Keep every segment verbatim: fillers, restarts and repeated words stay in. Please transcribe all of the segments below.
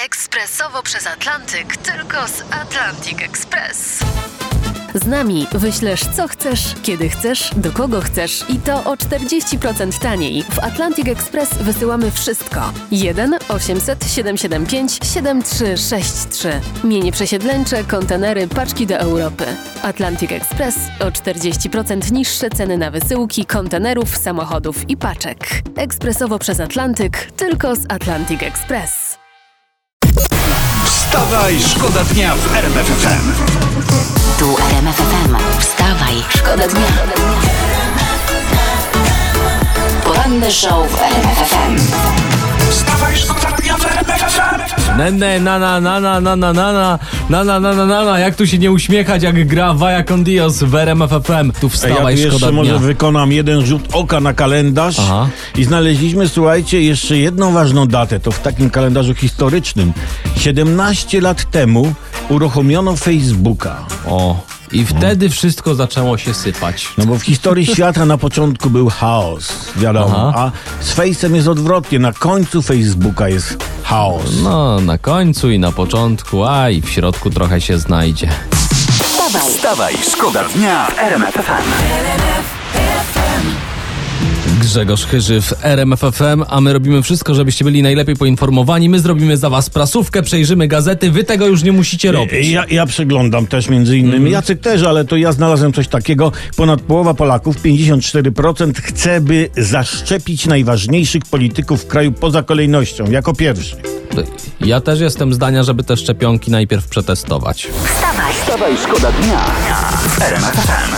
Ekspresowo przez Atlantyk, tylko z Atlantic Express. Z nami wyślesz co chcesz, kiedy chcesz, do kogo chcesz i to o czterdzieści procent taniej. W Atlantic Express wysyłamy wszystko. jeden osiemset siedemset siedemdziesiąt pięć siedemdziesiąt trzy sześćdziesiąt trzy. Mienie przesiedleńcze, kontenery, paczki do Europy. Atlantic Express o czterdzieści procent niższe ceny na wysyłki, kontenerów, samochodów i paczek. Ekspresowo przez Atlantyk, tylko z Atlantic Express. Wstawaj, szkoda dnia w R M F F M. Tu R M F F M. Wstawaj, szkoda dnia. Poranny show w R M F F M. Wstawaj, szkoda dnia w R M F F M. Nene, nana, nana, nana, nana, nana, nana, nana, jak tu się nie uśmiechać, jak gra Vaya con Dios w R M F F M. Tu wstawaj, ja tu szkoda jeszcze dnia. może wykonam jeden rzut oka na kalendarz. Aha. I znaleźliśmy, słuchajcie, jeszcze jedną ważną datę. To w takim kalendarzu historycznym. siedemnaście lat temu uruchomiono Facebooka. O, i wtedy wszystko zaczęło się sypać. No bo w historii świata na początku był chaos, wiadomo. Aha. A z Face'em jest odwrotnie. Na końcu Facebooka jest chaos. No, na końcu i na początku, a i w środku trochę się znajdzie. Wstawaj, Wstawaj, szkoda dnia w R M F F M. Grzegorz Chyży w R M F F M, a my robimy wszystko, żebyście byli najlepiej poinformowani. My zrobimy za was prasówkę, przejrzymy gazety, wy tego już nie musicie robić. Ja, ja przeglądam też między innymi. Mhm. Jacek też, ale to ja znalazłem coś takiego. Ponad połowa Polaków, pięćdziesiąt cztery procent, chce, by zaszczepić najważniejszych polityków w kraju poza kolejnością, jako pierwszy. Ja też jestem zdania, żeby te szczepionki najpierw przetestować. wstawaj. Wstawaj, szkoda dnia w R M F F M.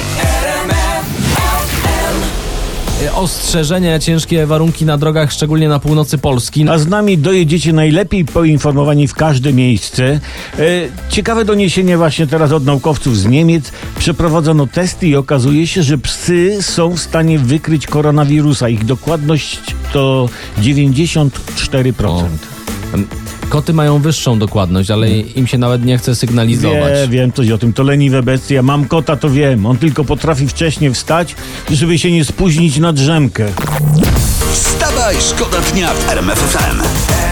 Ostrzeżenia, ciężkie warunki na drogach, szczególnie na północy Polski. A z nami dojedziecie najlepiej poinformowani w każde miejsce. E, ciekawe doniesienie właśnie teraz od naukowców z Niemiec. Przeprowadzono testy i okazuje się, że psy są w stanie wykryć koronawirusa. Ich dokładność to dziewięćdziesiąt cztery procent. Koty mają wyższą dokładność, ale im się nawet nie chce sygnalizować. Wie, wiem coś o tym, to leniwe bestie. Mam kota, to wiem. On tylko potrafi wcześnie wstać, żeby się nie spóźnić na drzemkę. Wstawaj, szkoda dnia w R M F F M.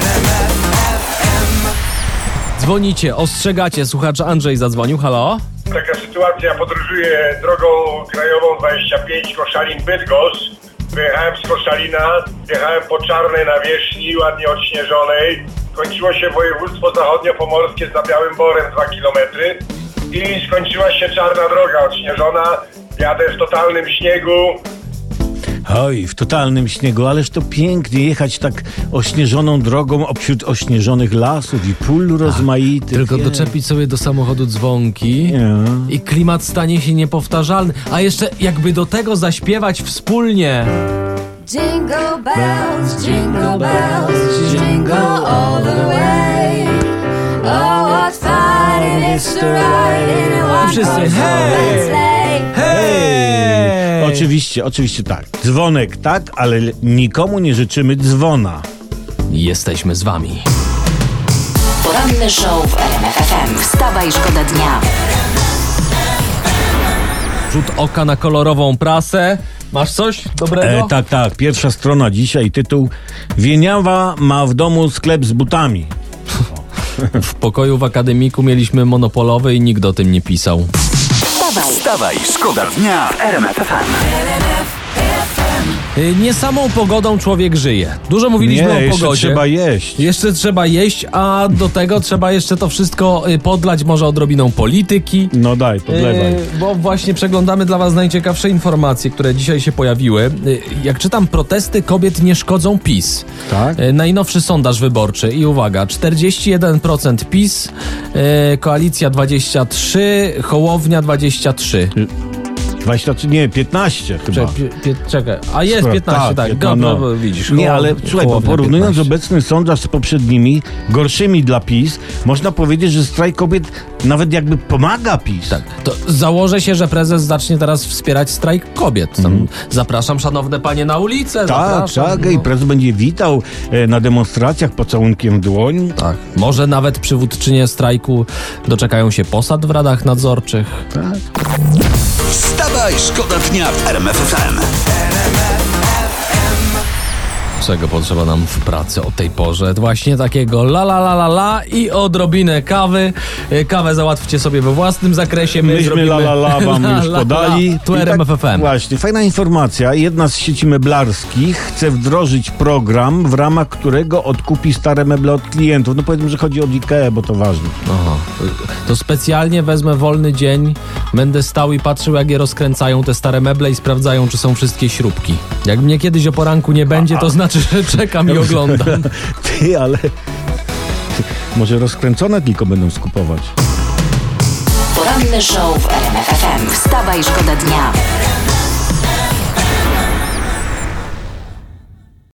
Dzwonicie, ostrzegacie. Słuchacz Andrzej zadzwonił. Halo? Taka sytuacja, podróżuję drogą krajową dwadzieścia pięć Koszalin-Bydgoszcz. Wyjechałem z Koszalina, jechałem po czarnej nawierzchni, ładnie odśnieżonej. Kończyło się województwo zachodniopomorskie za Białym Borem dwa kilometry i skończyła się czarna droga odśnieżona. Jadę w totalnym śniegu. Oj, w totalnym śniegu, ależ to pięknie jechać tak ośnieżoną drogą obśród ośnieżonych lasów i pól rozmaitych. Tylko Jej. doczepić sobie do samochodu dzwonki Ja. i klimat stanie się niepowtarzalny. A jeszcze jakby do tego zaśpiewać wspólnie. Jingle bells, jingle bells, jingle all the way. Oh, what fun it is to ride in a one-horse Wszyscy, hej! open sleigh. Hej! Oczywiście, oczywiście tak. Dzwonek tak, ale nikomu nie życzymy dzwona. Jesteśmy z wami. Poranny show w R M F F M. Wstawaj, szkoda dnia. Rzut oka na kolorową prasę. Masz coś dobrego? E, tak, tak. Pierwsza strona dzisiaj, tytuł: Wieniawa ma w domu sklep z butami. W pokoju w akademiku mieliśmy monopolowy i nikt o tym nie pisał. Wstawaj, Wstawaj, szkoda dnia w R M F F M. Y, Nie samą pogodą człowiek żyje. Dużo mówiliśmy Nie, o jeszcze pogodzie. trzeba jeść. Jeszcze trzeba jeść, a do tego trzeba jeszcze to wszystko y, podlać może odrobiną polityki. No daj, podlewaj. Y, bo właśnie przeglądamy dla was najciekawsze informacje, które dzisiaj się pojawiły. Y, Jak czytam, protesty kobiet nie szkodzą PiS. Tak? Y, Najnowszy sondaż wyborczy i uwaga, czterdzieści jeden procent PiS, y, Koalicja dwadzieścia trzy procent, Hołownia dwadzieścia trzy procent. dwadzieścia trzy, nie, piętnaście chyba. Czekaj, pie, pie, czekaj, a jest piętnaście, tak, piętna- dobra, no. bo widzisz. Nie, Hołownia- ale słuchaj, bo Hołownia porównując piętnaście. obecny sondaż z poprzednimi, gorszymi dla PiS, można powiedzieć, że strajk kobiet nawet jakby pomaga PiS. Tak, to założę się, że prezes zacznie teraz wspierać strajk kobiet. Tam Zapraszam szanowne panie na ulicę. Tak, zapraszam, tak, no. i prezes będzie witał e, na demonstracjach pocałunkiem w dłoń. Tak. Może nawet przywódczynie strajku doczekają się posad w radach nadzorczych. Tak. Wstawaj, szkoda dnia w R M F F M. lepszego potrzeba nam w pracy o tej porze. Właśnie takiego la la la la la i odrobinę kawy. E, Kawę załatwcie sobie we własnym zakresie. My Myśmy zrobimy la la la wam la, już la, podali. la. Tu I R M F F M. Właśnie, fajna informacja. Jedna z sieci meblarskich chce wdrożyć program, w ramach którego odkupi stare meble od klientów. No powiedzmy, że chodzi o Ikea, bo to ważne. Aha. To specjalnie wezmę wolny dzień, będę stał i patrzył, jak je rozkręcają te stare meble i sprawdzają, czy są wszystkie śrubki. Jak mnie kiedyś o poranku nie będzie, to znaczy, że czekam i oglądam. Ty, ale... Ty, może rozkręcone tylko będą skupować. Poranny show w R M F F M. Wstawaj, szkoda dnia.